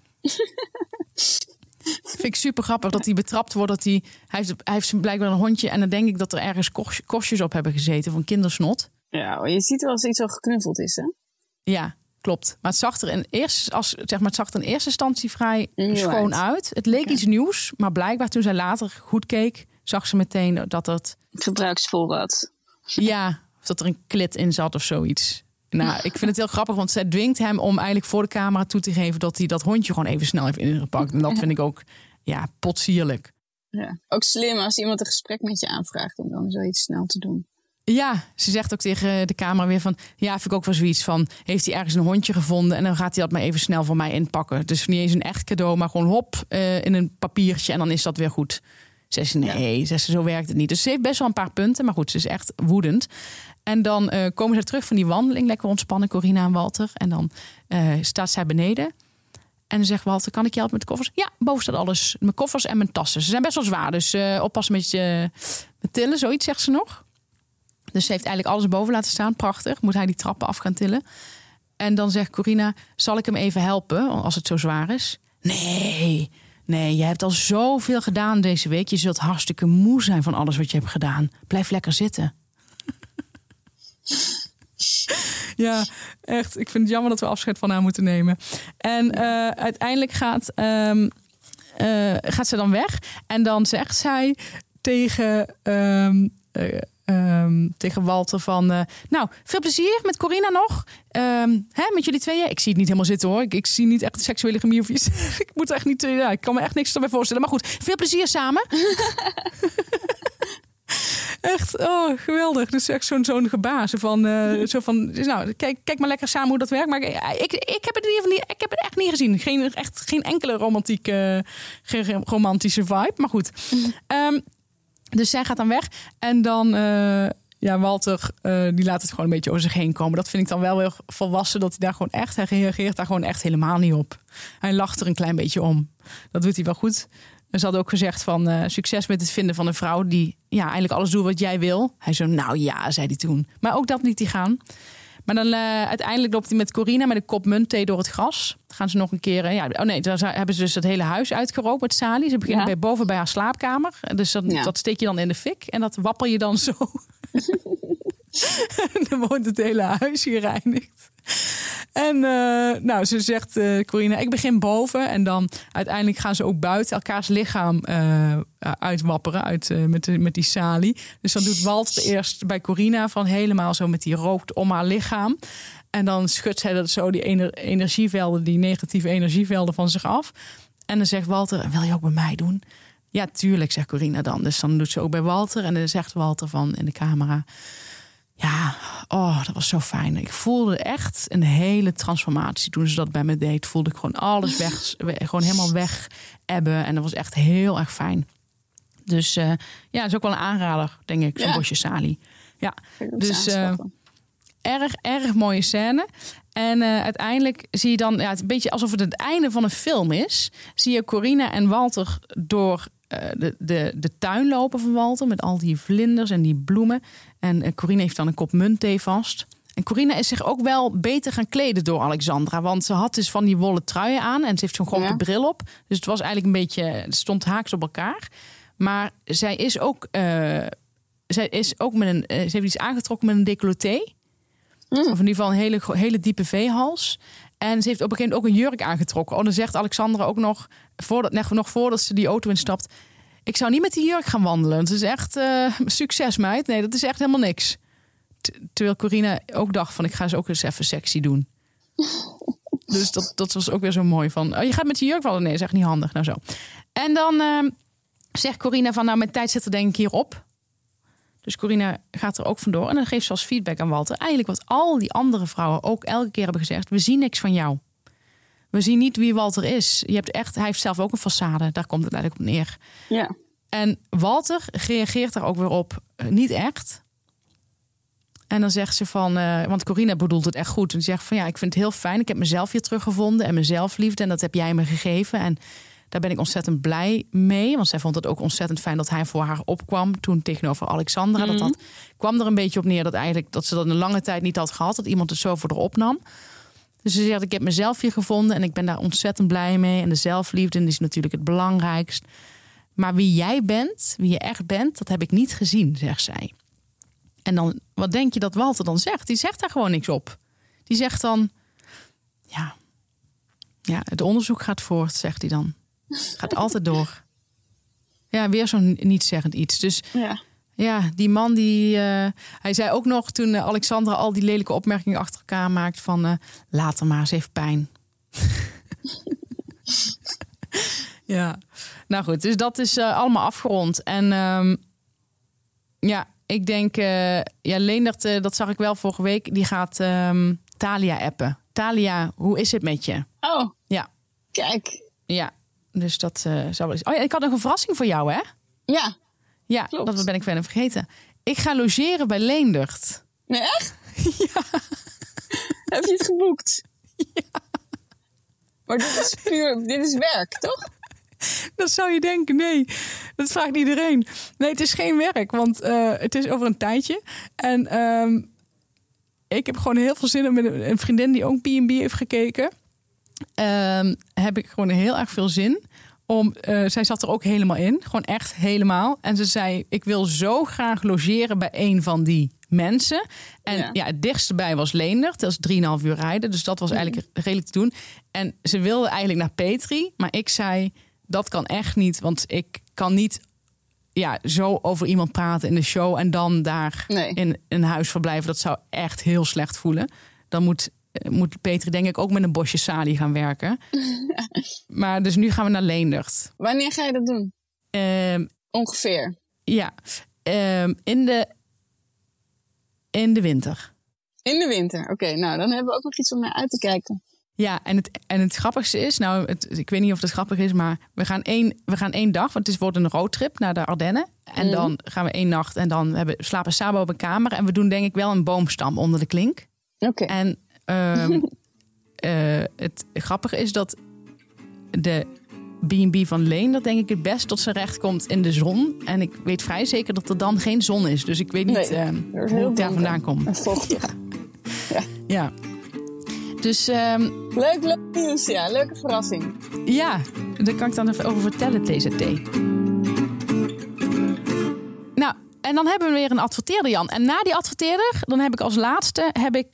Vind ik super grappig dat hij betrapt wordt. Dat hij heeft blijkbaar een hondje. En dan denk ik dat er ergens korstjes op hebben gezeten van kindersnot. Ja, je ziet wel als iets al geknuffeld is, hè? Ja, klopt. Maar het zag er in eerste instantie vrij schoon uit. Het leek iets nieuws, maar blijkbaar toen zij later goed keek, zag ze meteen dat het gebruiksvoorraad. Ja, of dat er een klit in zat of zoiets. Nou, ik vind het heel grappig, want zij dwingt hem om eigenlijk voor de camera toe te geven dat hij dat hondje gewoon even snel heeft ingepakt. En dat vind ik ook, potsierlijk. Ja, ook slim als iemand een gesprek met je aanvraagt om dan zoiets snel te doen. Ja, ze zegt ook tegen de camera weer van, vind ik ook wel zoiets van, heeft hij ergens een hondje gevonden en dan gaat hij dat maar even snel voor mij inpakken. Dus niet eens een echt cadeau, maar gewoon hop in een papiertje en dan is dat weer goed. Zegt ze, nee, zo werkt het niet. Dus ze heeft best wel een paar punten, maar goed, ze is echt woedend. En dan komen ze terug van die wandeling, lekker ontspannen, Corina en Walter. En dan staat zij beneden. En dan zegt Walter, kan ik je helpen met de koffers? Ja, boven staat alles. Mijn koffers en mijn tassen. Ze zijn best wel zwaar, dus oppassen met tillen, zoiets zegt ze nog. Dus ze heeft eigenlijk alles boven laten staan, prachtig. Moet hij die trappen af gaan tillen. En dan zegt Corina, zal ik hem even helpen als het zo zwaar is? Nee, je hebt al zoveel gedaan deze week. Je zult hartstikke moe zijn van alles wat je hebt gedaan. Blijf lekker zitten. Ja, echt. Ik vind het jammer dat we afscheid van haar moeten nemen. En uiteindelijk gaat ze dan weg. En dan zegt zij tegen Walter van... nou, veel plezier met Corina nog. Met jullie tweeën. Ik zie het niet helemaal zitten hoor. Ik zie niet echt de seksuele chemie of iets. Ik moet er echt niet... ik kan me echt niks erbij voorstellen. Maar goed, veel plezier samen. Echt, geweldig. Dus echt zo'n gebazen van... nou, kijk maar lekker samen hoe dat werkt. Maar ik heb het in ieder geval niet... Ik heb het echt niet gezien. Geen enkele romantische vibe. Maar goed. Dus zij gaat dan weg. En dan... Walter, die laat het gewoon een beetje over zich heen komen. Dat vind ik dan wel weer volwassen. Dat hij daar gewoon echt... Hij reageert daar gewoon echt helemaal niet op. Hij lacht er een klein beetje om. Dat doet hij wel goed. En ze had ook gezegd van succes met het vinden van een vrouw die eigenlijk alles doet wat jij wil. Hij zo, nou ja, zei hij toen. Maar ook dat liet hij gaan. Maar dan uiteindelijk loopt hij met Corina met een kop muntthee door het gras. Dan gaan ze nog een keer... dan hebben ze dus het hele huis uitgerookt met Sally. Ze beginnen boven bij haar slaapkamer. Dus dat steek je dan in de fik. En dat wapper je dan zo. En dan wordt het hele huis gereinigd. En ze zegt Corina, ik begin boven. En dan uiteindelijk gaan ze ook buiten elkaars lichaam uitwapperen met die Sally. Dus dan doet Walter eerst bij Corina van helemaal zo met die rook om haar lichaam. En dan schudt zij dat zo die energievelden, die negatieve energievelden van zich af. En dan zegt Walter, wil je ook bij mij doen? Ja, tuurlijk, zegt Corina dan. Dus dan doet ze ook bij Walter. En dan zegt Walter van in de camera... Ja, dat was zo fijn. Ik voelde echt een hele transformatie toen ze dat bij me deed. Voelde ik gewoon alles gewoon helemaal weg ebben. En dat was echt heel erg fijn. Dus dat is ook wel een aanrader, denk ik, van Bosje Sally. Ja, dus erg mooie scène. En uiteindelijk zie je dan, het een beetje alsof het einde van een film is. Zie je Corina en Walter door de tuin lopen van Walter met al die vlinders en die bloemen. En Corina heeft dan een kop muntthee vast. En Corina is zich ook wel beter gaan kleden door Alexandra. Want ze had dus van die wollen truien aan en ze heeft zo'n grote bril op. Dus het was eigenlijk een beetje, het stond haaks op elkaar. Maar zij is ook, ze heeft iets aangetrokken met een decolleté. Of in ieder geval een hele diepe V-hals. En ze heeft op een gegeven moment ook een jurk aangetrokken. Dan zegt Alexandra ook nog voordat ze die auto instapt... Ik zou niet met die jurk gaan wandelen. Het is echt succes, meid. Nee, dat is echt helemaal niks. Terwijl Corina ook dacht van... ik ga ze ook eens even sexy doen. Dus dat was ook weer zo mooi van... je gaat met die jurk wandelen? Nee, dat is echt niet handig. Nou zo. En dan zegt Corina van... nou, mijn tijd zit er denk ik hier op. Dus Corina gaat er ook vandoor. En dan geeft ze als feedback aan Walter... eigenlijk wat al die andere vrouwen ook elke keer hebben gezegd... we zien niks van jou. We zien niet wie Walter is. Hij heeft zelf ook een façade. Daar komt het eigenlijk op neer. Ja. En Walter reageert daar ook weer op. Niet echt. En dan zegt ze van... want Corina bedoelt het echt goed. En die zegt van ik vind het heel fijn. Ik heb mezelf weer teruggevonden. En mijn zelfliefde. En dat heb jij me gegeven. En daar ben ik ontzettend blij mee. Want zij vond het ook ontzettend fijn dat hij voor haar opkwam. Toen tegenover Alexandra. Mm-hmm. Dat kwam er een beetje op neer dat ze dat een lange tijd niet had gehad. Dat iemand het zo voor haar opnam. Dus ze zegt, ik heb mezelf hier gevonden en ik ben daar ontzettend blij mee. En de zelfliefde is natuurlijk het belangrijkst. Maar wie jij bent, wie je echt bent, dat heb ik niet gezien, zegt zij. En dan, wat denk je dat Walter dan zegt? Die zegt daar gewoon niks op. Die zegt dan, Ja, het onderzoek gaat voort, zegt hij dan. Gaat altijd door. Ja, weer zo'n niet-zeggend iets. Dus ja, die man die... hij zei ook nog toen Alexandra al die lelijke opmerkingen achter elkaar maakt van... laat er maar, ze heeft pijn. Ja, nou goed. Dus dat is allemaal afgerond. En ik denk... Leendert, dat zag ik wel vorige week. Die gaat Thalia appen. Thalia, hoe is het met je? Oh, ja. Kijk. Ja, dus dat zou wel eens... Oh ja, ik had nog een verrassing voor jou, hè? Ja. Ja, klopt. Dat ben ik verder vergeten. Ik ga logeren bij Leendert. Nee, echt? Ja. Heb je het geboekt? Ja. Maar dit is werk, toch? Dat zou je denken. Nee, dat vraagt iedereen. Nee, het is geen werk, want het is over een tijdje. En ik heb gewoon heel veel zin in met een vriendin die ook B&B heeft gekeken. Heb ik gewoon heel erg veel zin om. Zij zat er ook helemaal in, gewoon echt helemaal. En ze zei: ik wil zo graag logeren bij een van die mensen. En het dichtste bij was Leendert. Dat is 3,5 uur rijden, dus dat was eigenlijk redelijk te doen. En ze wilde eigenlijk naar Petri, maar ik zei: dat kan echt niet, want ik kan niet zo over iemand praten in de show en dan daar in een huis verblijven. Dat zou echt heel slecht voelen. Dan moet Petri denk ik ook met een bosje salie gaan werken. Maar dus nu gaan we naar Leendert. Wanneer ga je dat doen? Ongeveer? Ja, in de winter. In de winter, oké. Nou, dan hebben we ook nog iets om naar uit te kijken. Ja, en het grappigste is, ik weet niet of het grappig is, maar we gaan één dag, want het wordt een roadtrip naar de Ardennen. En dan gaan we 1 nacht en dan slapen samen op een kamer. En we doen denk ik wel een boomstam onder de klink. Oké. En het grappige is dat de B&B van Leendert denk ik het best tot zijn recht komt in de zon. En ik weet vrij zeker dat er dan geen zon is. Dus ik weet niet hoe ik daar vandaan kom. En vochtig. Ja. Dus, leuk nieuws, ja. Leuke verrassing. Ja, daar kan ik dan even over vertellen, TZT. Nou, en dan hebben we weer een adverteerder, Jan. En na die adverteerder, dan heb ik als laatste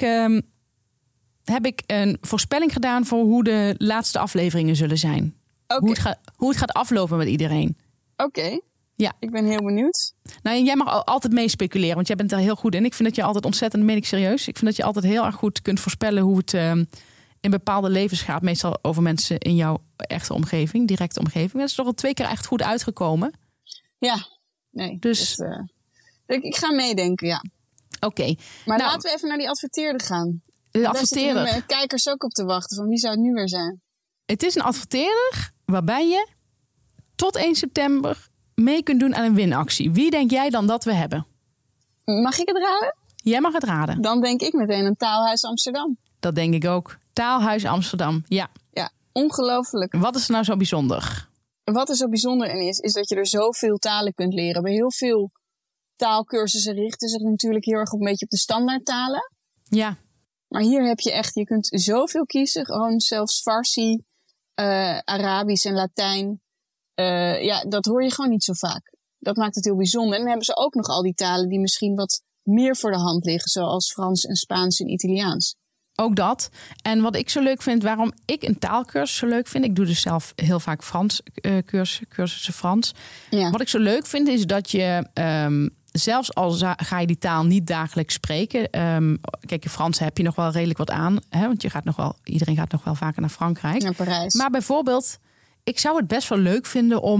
heb ik een voorspelling gedaan voor hoe de laatste afleveringen zullen zijn. Okay. Hoe het gaat aflopen met iedereen. Oké. Ja. Ik ben heel benieuwd. Nou, jij mag altijd mee speculeren, want jij bent daar heel goed in. Ik vind dat je altijd ontzettend, dat meen ik serieus. Ik vind dat je altijd heel erg goed kunt voorspellen hoe het in bepaalde levens gaat. Meestal over mensen in jouw echte omgeving, directe omgeving. Dat is toch al 2 keer echt goed uitgekomen. Ja, nee. Dus ik ga meedenken, ja. Oké. Maar laten we even naar die adverteerder gaan. De adverteerder. Daar zitten kijkers ook op te wachten. Van wie zou het nu weer zijn? Het is een adverteerder waarbij je tot 1 september mee kunt doen aan een winactie. Wie denk jij dan dat we hebben? Mag ik het raden? Jij mag het raden. Dan denk ik meteen een Taalhuis Amsterdam. Dat denk ik ook. Taalhuis Amsterdam, ja. Ja, ongelooflijk. Wat is er nou zo bijzonder? Wat er zo bijzonder in is dat je er zoveel talen kunt leren. Bij heel veel taalkursussen richten zich natuurlijk heel erg een beetje op de standaardtalen. Ja. Maar hier heb je echt, je kunt zoveel kiezen. Gewoon zelfs Farsi, Arabisch en Latijn. Dat hoor je gewoon niet zo vaak. Dat maakt het heel bijzonder. En dan hebben ze ook nog al die talen die misschien wat meer voor de hand liggen. Zoals Frans en Spaans en Italiaans. Ook dat. En wat ik zo leuk vind, waarom ik een taalkursus zo leuk vind. Ik doe dus zelf heel vaak Frans cursussen Frans. Ja. Wat ik zo leuk vind is dat je zelfs al ga je die taal niet dagelijks spreken. Kijk, in Frans heb je nog wel redelijk wat aan. Hè, want iedereen gaat nog wel vaker naar Frankrijk. Naar Parijs. Maar bijvoorbeeld, ik zou het best wel leuk vinden om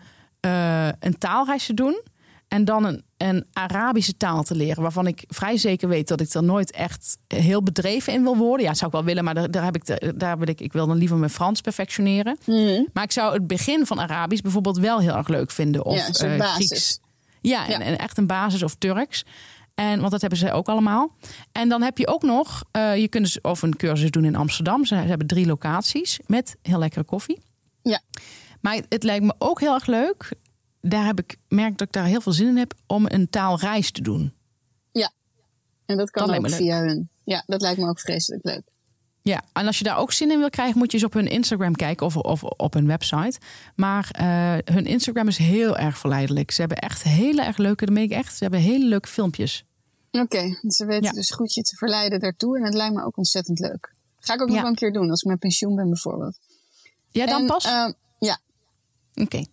een taalreis te doen. En dan een Arabische taal te leren. Waarvan ik vrij zeker weet dat ik er nooit echt heel bedreven in wil worden. Ja, dat zou ik wel willen, maar ik wil dan liever mijn Frans perfectioneren. Mm-hmm. Maar ik zou het begin van Arabisch bijvoorbeeld wel heel erg leuk vinden. Of een soort basis. Grieks. Ja, en echt een basis of Turks. Want dat hebben ze ook allemaal. En dan heb je ook nog, je kunt dus of een cursus doen in Amsterdam. Ze hebben 3 locaties met heel lekkere koffie. Ja. Maar het lijkt me ook heel erg leuk. Merk dat ik daar heel veel zin in heb om een taalreis te doen. Ja, en dat kan ook via hun. Ja, dat lijkt me ook vreselijk leuk. Ja, en als je daar ook zin in wil krijgen, moet je eens op hun Instagram kijken of op hun website. Maar hun Instagram is heel erg verleidelijk. Ze hebben echt hele erg leuke, dat meen ik echt. Ze hebben hele leuke filmpjes. Oké, ze weten dus goed je te verleiden daartoe. En het lijkt me ook ontzettend leuk. Ga ik ook nog wel een keer doen als ik met pensioen ben bijvoorbeeld. Ja, dan pas? Ja. Oké.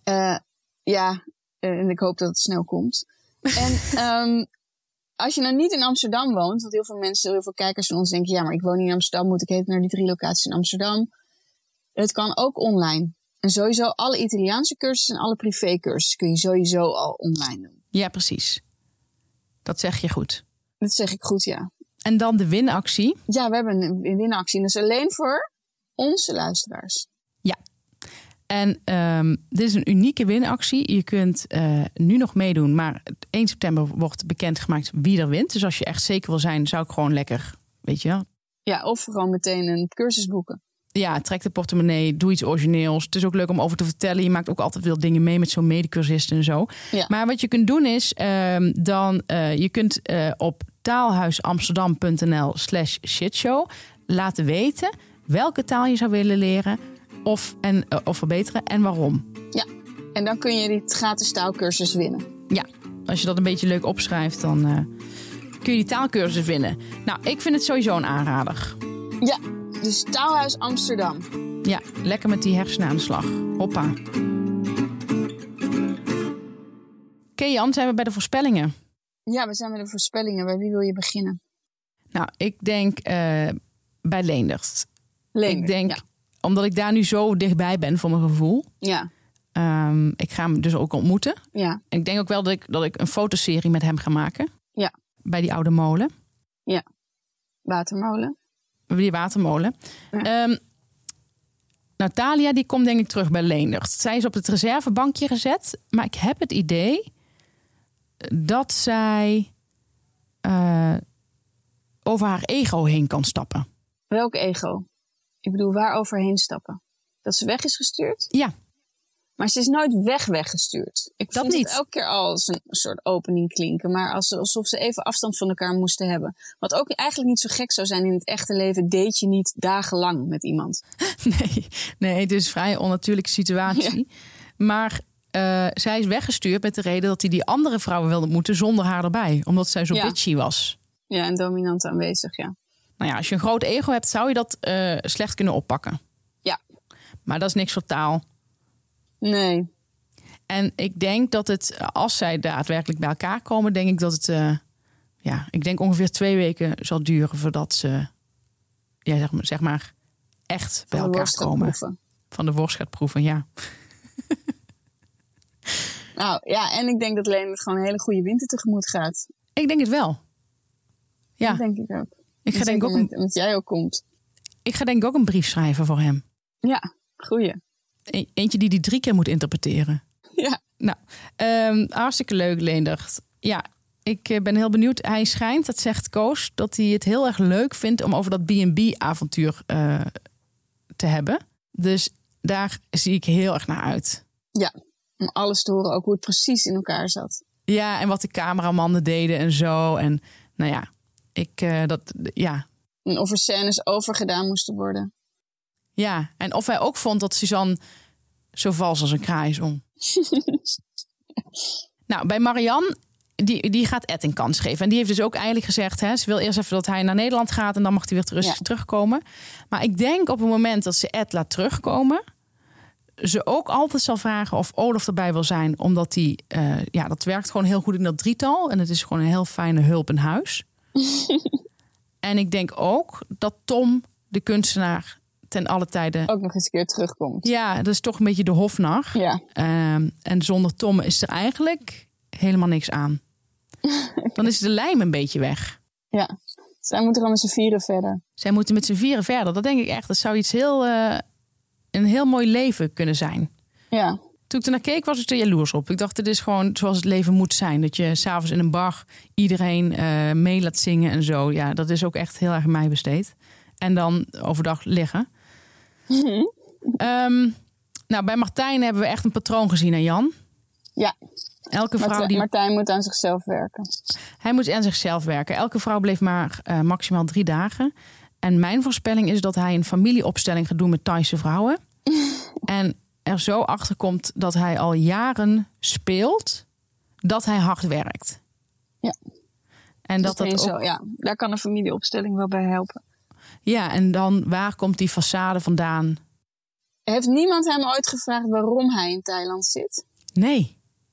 En ik hoop dat het snel komt. En als je nou niet in Amsterdam woont, want heel veel kijkers van ons denken, ja, maar ik woon niet in Amsterdam, moet ik naar die 3 locaties in Amsterdam. Het kan ook online. En sowieso alle Italiaanse cursussen en alle privécursussen kun je sowieso al online doen. Ja, precies. Dat zeg je goed. Dat zeg ik goed, ja. En dan de winactie. Ja, we hebben een winactie. En dat is alleen voor onze luisteraars. Ja. En dit is een unieke winactie. Je kunt nu nog meedoen, maar 1 september wordt bekendgemaakt wie er wint. Dus als je echt zeker wil zijn, zou ik gewoon lekker, weet je wel. Ja, of gewoon meteen een cursus boeken. Ja, trek de portemonnee, doe iets origineels. Het is ook leuk om over te vertellen. Je maakt ook altijd veel dingen mee met zo'n medecursist en zo. Ja. Maar wat je kunt doen is, je kunt op taalhuisamsterdam.nl/shitshow laten weten welke taal je zou willen leren of verbeteren en waarom. Ja, en dan kun je die gratis taalkursus winnen. Ja, als je dat een beetje leuk opschrijft, dan kun je die taalkursus winnen. Nou, ik vind het sowieso een aanrader. Ja, dus Taalhuis Amsterdam. Ja, lekker met die hersenen aan de slag. Hoppa. Oké, Jan, zijn we bij de voorspellingen? Ja, we zijn bij de voorspellingen. Bij wie wil je beginnen? Nou, ik denk bij Leendert. Ik denk, omdat ik daar nu zo dichtbij ben voor mijn gevoel. Ja. Ik ga hem dus ook ontmoeten. Ja. En ik denk ook wel dat ik een fotoserie met hem ga maken. Ja. Bij die oude molen. Ja. Watermolen. Die watermolen. Ja. Natalia, die komt denk ik terug bij Leendert. Zij is op het reservebankje gezet. Maar ik heb het idee dat zij over haar ego heen kan stappen. Welk ego? Ik bedoel, waar overheen stappen? Dat ze weg is gestuurd? Ja. Maar ze is nooit weggestuurd. Ik dat vond niet. Het elke keer al als een soort opening klinken. Maar alsof ze even afstand van elkaar moesten hebben. Wat ook eigenlijk niet zo gek zou zijn in het echte leven. Date je niet dagenlang met iemand. Nee, het is een vrij onnatuurlijke situatie. Ja. Maar zij is weggestuurd met de reden dat hij die andere vrouwen wilde ontmoeten zonder haar erbij. Omdat zij zo bitchy was. Ja, en dominant aanwezig, ja. Nou ja, als je een groot ego hebt, zou je dat slecht kunnen oppakken. Ja. Maar dat is niks voor taal. Nee. En ik denk dat het, als zij daadwerkelijk bij elkaar komen, denk ik dat het, ik denk ongeveer 2 weken zal duren voordat ze, zeg maar echt bij elkaar komen. Van de worst gaat proeven, ja. Nou ja, en ik denk dat Leendert gewoon een hele goede winter tegemoet gaat. Ik denk het wel. Ja. Dat denk ik ook. Ik ga denk ook omdat jij ook komt. Ik ga denk ik ook een brief schrijven voor hem. Ja, goeie. Eentje die 3 keer moet interpreteren. Ja. Nou, hartstikke leuk, Leendert. Ja, ik ben heel benieuwd. Hij schijnt, dat zegt Koos, dat hij het heel erg leuk vindt om over dat B&B-avontuur te hebben. Dus daar zie ik heel erg naar uit. Ja, om alles te horen, ook hoe het precies in elkaar zat. Ja, en wat de cameramannen deden en zo. En nou ja, En of er scènes overgedaan moesten worden. Ja, en of hij ook vond dat Suzanne zo vals als een kraai zong. Nou, bij Marianne, die gaat Ed een kans geven. En die heeft dus ook eigenlijk gezegd, ze wil eerst even dat hij naar Nederland gaat en dan mag hij weer terugkomen. Maar ik denk op het moment dat ze Ed laat terugkomen, ze ook altijd zal vragen of Olaf erbij wil zijn. Omdat die, dat werkt gewoon heel goed in dat drietal. En het is gewoon een heel fijne hulp in huis. En ik denk ook dat Tom, de kunstenaar, ten alle tijden ook nog eens een keer terugkomt. Ja, dat is toch een beetje de hofnar. Ja. En zonder Tom is er eigenlijk helemaal niks aan. Dan is de lijm een beetje weg. Ja, zij moeten gewoon met z'n vieren verder. Zij moeten met z'n vieren verder. Dat denk ik echt. Dat zou iets een heel mooi leven kunnen zijn. Ja. Toen ik ernaar keek, was ik er jaloers op. Ik dacht, dit is gewoon zoals het leven moet zijn. Dat je 's avonds in een bar iedereen mee laat zingen en zo. Ja, dat is ook echt heel erg mij besteed. En dan overdag liggen. Nou, bij Martijn hebben we echt een patroon gezien, hè Jan? Ja. Elke vrouw Martijn moet aan zichzelf werken. Hij moet aan zichzelf werken. Elke vrouw bleef maar maximaal 3 dagen. En mijn voorspelling is dat hij een familieopstelling gaat doen met Thaise vrouwen. En er zo achter komt dat hij al jaren speelt dat hij hard werkt. Ja. En dat ook... Zo, ja. Daar kan een familieopstelling wel bij helpen. Ja, en dan waar komt die façade vandaan? Heeft niemand hem ooit gevraagd waarom hij in Thailand zit? Nee.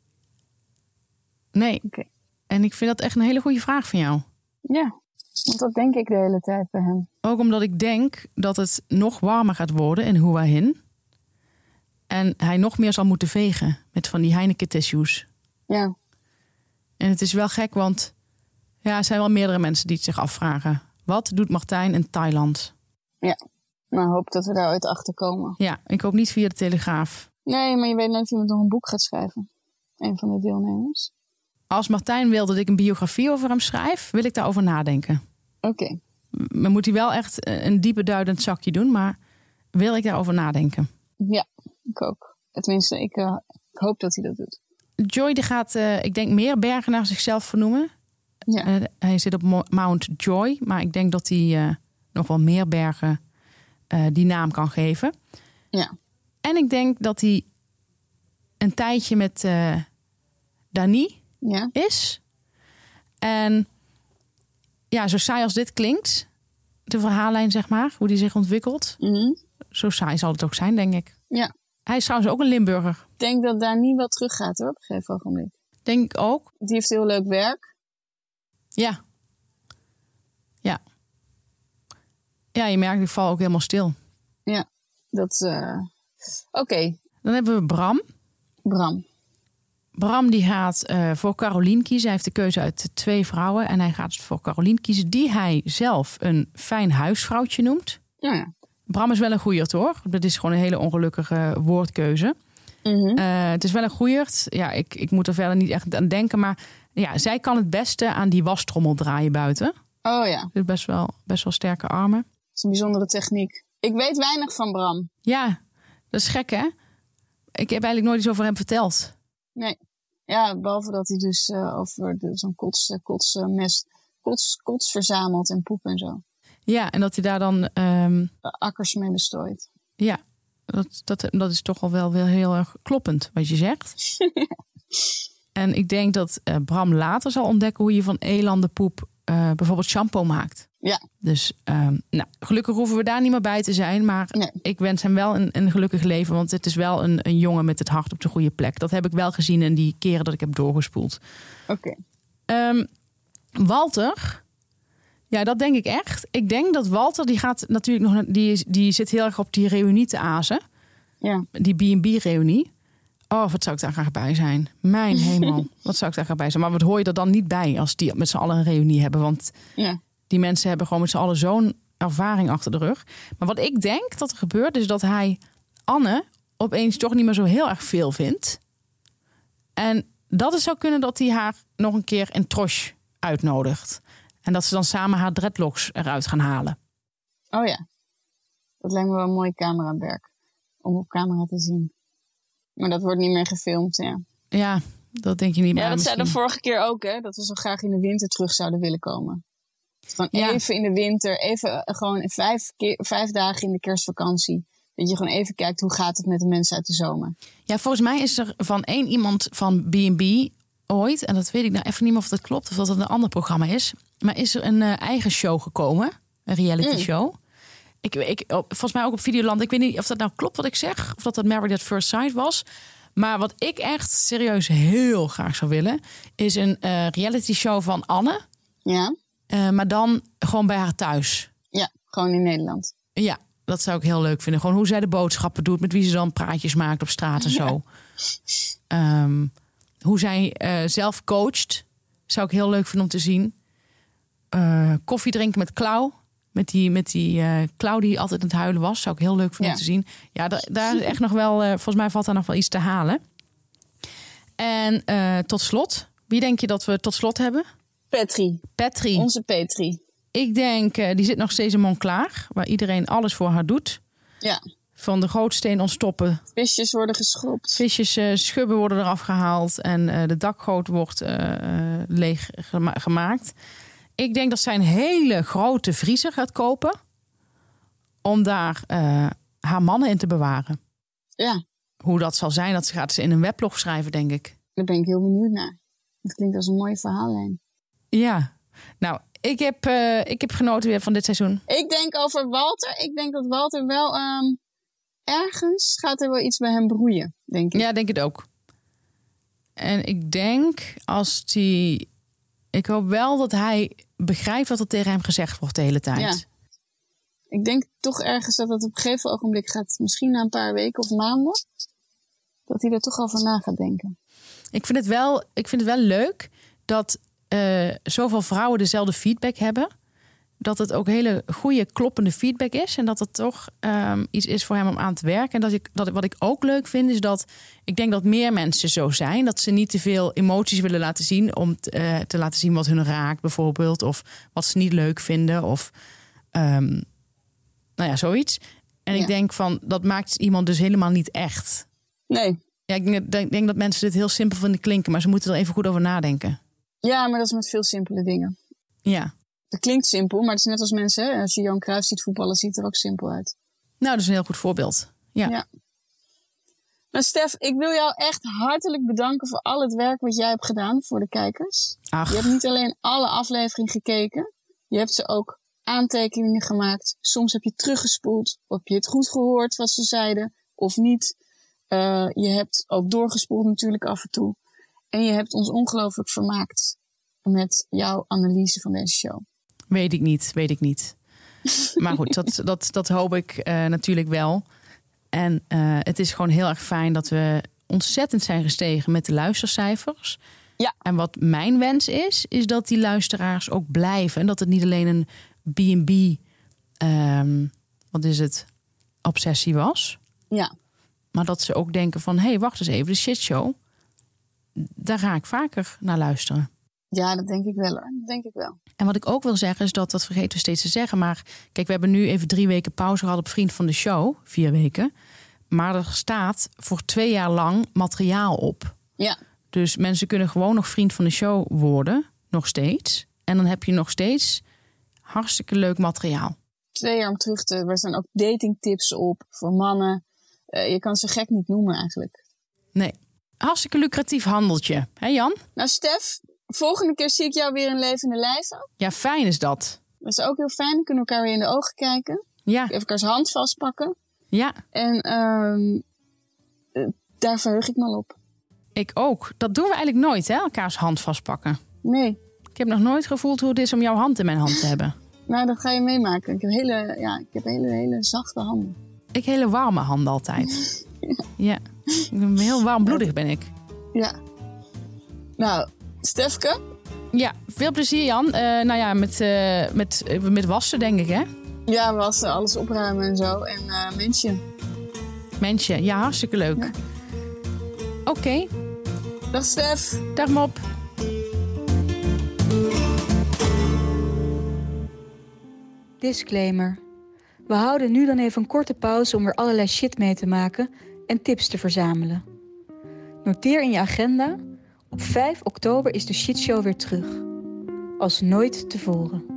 Okay. En ik vind dat echt een hele goede vraag van jou. Ja, want dat denk ik de hele tijd bij hem. Ook omdat ik denk dat het nog warmer gaat worden in Hua Hin. En hij nog meer zal moeten vegen met van die Heineken-tissues. Ja. En het is wel gek, want er zijn wel meerdere mensen die het zich afvragen. Wat doet Martijn in Thailand? Ja, maar hoop dat we daar ooit achter komen. Ja, ik hoop niet via de Telegraaf. Nee, maar je weet nooit of iemand nog een boek gaat schrijven. Een van de deelnemers. Als Martijn wil dat ik een biografie over hem schrijf, wil ik daarover nadenken. Oké. Dan moet hij wel echt een diepe duidend zakje doen, maar wil ik daarover nadenken? Ja, ik ook. Tenminste, ik hoop dat hij dat doet. Joy die gaat, ik denk, meer bergen naar zichzelf vernoemen. Ja. Hij zit op Mount Joy, maar ik denk dat hij nog wel meer bergen die naam kan geven. Ja. En ik denk dat hij een tijdje met Dani is. En ja, zo saai als dit klinkt, de verhaallijn zeg maar, hoe die zich ontwikkelt. Mm-hmm. Zo saai zal het ook zijn, denk ik. Ja. Hij is trouwens ook een Limburger. Ik denk dat Dani wel terug gaat hoor, op een gegeven ogenblik. Denk ik ook. Die heeft heel leuk werk. Ja. Ja. Ja, je merkt, ik val ook helemaal stil. Ja, dat... Oké. Dan hebben we Bram. Bram die gaat voor Carolien kiezen. Hij heeft de keuze uit 2 vrouwen. En hij gaat voor Carolien kiezen, die hij zelf een fijn huisvrouwtje noemt. Ja. Bram is wel een goeierd hoor. Dat is gewoon een hele ongelukkige woordkeuze. Mm-hmm. Het is wel een goeierd. Ja, ik moet er verder niet echt aan denken. Maar ja, zij kan het beste aan die wastrommel draaien buiten. Oh ja. Dus best wel sterke armen. Dat is een bijzondere techniek. Ik weet weinig van Bram. Ja, dat is gek hè? Ik heb eigenlijk nooit iets over hem verteld. Nee. Ja, behalve dat hij dus over zo'n kots verzamelt en poep en zo. Ja, en dat hij daar dan... akkers mee bestooit. Ja, dat is toch al wel heel erg kloppend wat je zegt. En ik denk dat Bram later zal ontdekken hoe je van elandenpoep bijvoorbeeld shampoo maakt. Ja. Dus gelukkig hoeven we daar niet meer bij te zijn. Maar nee. Ik wens hem wel een gelukkig leven. Want het is wel een jongen met het hart op de goede plek. Dat heb ik wel gezien in die keren dat ik heb doorgespoeld. Oké. Walter... Ja, dat denk ik echt. Ik denk dat Walter, die gaat natuurlijk nog... Die zit heel erg op die reunie te azen. Ja. Die B&B-reunie. Oh, wat zou ik daar graag bij zijn. Mijn hemel. Wat zou ik daar graag bij zijn. Maar wat hoor je er dan niet bij als die met z'n allen een reunie hebben? Want die mensen hebben gewoon met z'n allen zo'n ervaring achter de rug. Maar wat ik denk dat er gebeurt, is dat hij Anne opeens toch niet meer zo heel erg veel vindt. En dat het zou kunnen dat hij haar nog een keer in Trosh uitnodigt. En dat ze dan samen haar dreadlocks eruit gaan halen. Oh ja. Dat lijkt me wel een mooi camerawerk. Om op camera te zien. Maar dat wordt niet meer gefilmd, ja. Ja, dat denk je niet meer. Ja, dat zei de vorige keer ook, hè. Dat we zo graag in de winter terug zouden willen komen. Gewoon even in de winter. Even gewoon 5 dagen in de kerstvakantie. Dat je gewoon even kijkt, hoe gaat het met de mensen uit de zomer. Ja, volgens mij is er van één iemand van B&B ooit, en dat weet ik nou even niet meer of dat klopt of dat het een ander programma is, maar is er een eigen show gekomen, een reality show. Volgens mij ook op Videoland. Ik weet niet of dat nou klopt wat ik zeg, of dat Married at First Sight was. Maar wat ik echt serieus heel graag zou willen, is een reality show van Anne. Ja. Maar dan gewoon bij haar thuis. Ja, gewoon in Nederland. Ja, dat zou ik heel leuk vinden. Gewoon hoe zij de boodschappen doet, met wie ze dan praatjes maakt op straat en zo. Hoe zij zelf coacht, zou ik heel leuk vinden om te zien. Koffie drinken met Klauw. Met die Klauw die altijd aan het huilen was. Zou ik heel leuk vinden om te zien. Ja, daar is echt nog wel... volgens mij valt daar nog wel iets te halen. En tot slot. Wie denk je dat we tot slot hebben? Petri. Onze Petri. Ik denk, die zit nog steeds in Monclaar. Waar iedereen alles voor haar doet. Ja. Van de gootsteen ontstoppen. Visjes worden geschropt. Schubben worden eraf gehaald. En de dakgoot wordt leeg gemaakt. Ik denk dat zij een hele grote vriezer gaat kopen. Om daar haar mannen in te bewaren. Ja. Hoe dat zal zijn, dat gaat ze in een weblog schrijven, denk ik. Daar ben ik heel benieuwd naar. Dat klinkt als een mooie verhaallijn. Ja. Nou, Ik heb genoten weer van dit seizoen. Ik denk over Walter. Ik denk dat Walter wel... ergens gaat er wel iets bij hem broeien, denk ik. Ja, denk het ook. En ik denk ik hoop wel dat hij begrijpt wat er tegen hem gezegd wordt de hele tijd. Ja. Ik denk toch ergens dat het op een gegeven ogenblik gaat, misschien na een paar weken of maanden, dat hij er toch over na gaat denken. Ik vind het wel leuk dat zoveel vrouwen dezelfde feedback hebben. Dat het ook hele goede, kloppende feedback is. En dat het toch iets is voor hem om aan te werken. En wat ik ook leuk vind, is dat ik denk dat meer mensen zo zijn. Dat ze niet te veel emoties willen laten zien. Om te laten zien wat hun raakt, bijvoorbeeld. Of wat ze niet leuk vinden. Of zoiets. En ik denk van, dat maakt iemand dus helemaal niet echt. Nee. Ja, ik denk dat mensen dit heel simpel vinden klinken. Maar ze moeten er even goed over nadenken. Ja, maar dat is met veel simpele dingen. Ja. Dat klinkt simpel, maar het is net als mensen. Hè? Als je Johan Cruijff ziet voetballen, ziet het er ook simpel uit. Nou, dat is een heel goed voorbeeld. Ja. Nou, Stef, ik wil jou echt hartelijk bedanken voor al het werk wat jij hebt gedaan voor de kijkers. Ach. Je hebt niet alleen alle afleveringen gekeken. Je hebt ze ook aantekeningen gemaakt. Soms heb je teruggespoeld. Of heb je het goed gehoord wat ze zeiden of niet. Je hebt ook doorgespoeld natuurlijk af en toe. En je hebt ons ongelooflijk vermaakt met jouw analyse van deze show. Weet ik niet. Maar goed, dat hoop ik natuurlijk wel. En het is gewoon heel erg fijn dat we ontzettend zijn gestegen met de luistercijfers. Ja. En wat mijn wens is dat die luisteraars ook blijven. En dat het niet alleen een B&B, obsessie was. Ja. Maar dat ze ook denken van, hé, wacht eens even, de shitshow. Daar ga ik vaker naar luisteren. Ja, dat denk ik wel hoor. Dat denk ik wel. En wat ik ook wil zeggen is dat vergeten we steeds te zeggen. Maar kijk, we hebben nu even 3 weken pauze gehad op Vriend van de Show. 4 weken. Maar er staat voor 2 jaar lang materiaal op. Ja. Dus mensen kunnen gewoon nog Vriend van de Show worden. Nog steeds. En dan heb je nog steeds hartstikke leuk materiaal. 2 jaar om terug te... Er zijn ook datingtips op voor mannen. Je kan ze gek niet noemen eigenlijk. Nee. Hartstikke lucratief handeltje. Hé Jan? Nou Stef, volgende keer zie ik jou weer in levende lijven. Ja, fijn is dat. Dat is ook heel fijn. Dan kunnen we elkaar weer in de ogen kijken. Ja. Even elkaars hand vastpakken. Ja. En daar verheug ik me al op. Ik ook. Dat doen we eigenlijk nooit, hè? Elkaars hand vastpakken. Nee. Ik heb nog nooit gevoeld hoe het is om jouw hand in mijn hand te hebben. Nou, dat ga je meemaken. Ik heb hele zachte handen. Ik hele warme handen altijd. Ja. Heel warmbloedig ben ik. Ja. Nou, Stefke? Ja, veel plezier Jan. Met wassen denk ik hè? Ja, wassen, alles opruimen en zo. En Mensje, ja, hartstikke leuk. Ja. Oké. Dag Stef. Dag Mop. Disclaimer. We houden nu dan even een korte pauze om weer allerlei shit mee te maken en tips te verzamelen. Noteer in je agenda, op 5 oktober is de shitshow weer terug. Als nooit tevoren.